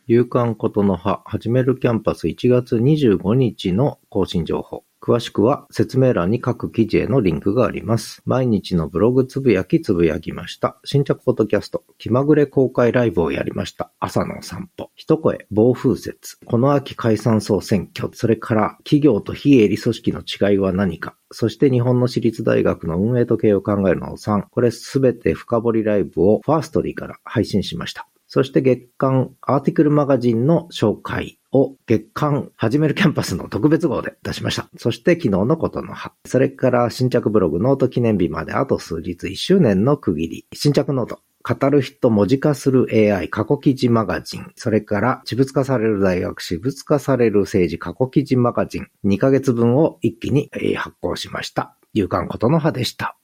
夕刊ことの葉始めるキャンパス1月25日の更新情報。詳しくは説明欄に各記事へのリンクがあります。毎日のブログつぶやきました。新着ポッドキャスト、気まぐれ公開ライブをやりました。朝の散歩。一声、暴風雪。この秋解散総選挙。それから企業と非営利組織の違いは何か。そして日本の私立大学の運営と経営を考えるの3。これすべて深掘りライブをファーストリーから配信しました。そして月刊アーティクルマガジンの紹介を月刊始めるキャンパスの特別号で出しました。そして昨日のことの葉。それから新着ブログノート記念日まであと数日1周年の区切り。新着ノート。語る人文字化する AI 過去記事マガジン。それから私物化される大学、私物化される政治過去記事マガジン。2ヶ月分を一気に発行しました。夕刊ことの葉でした。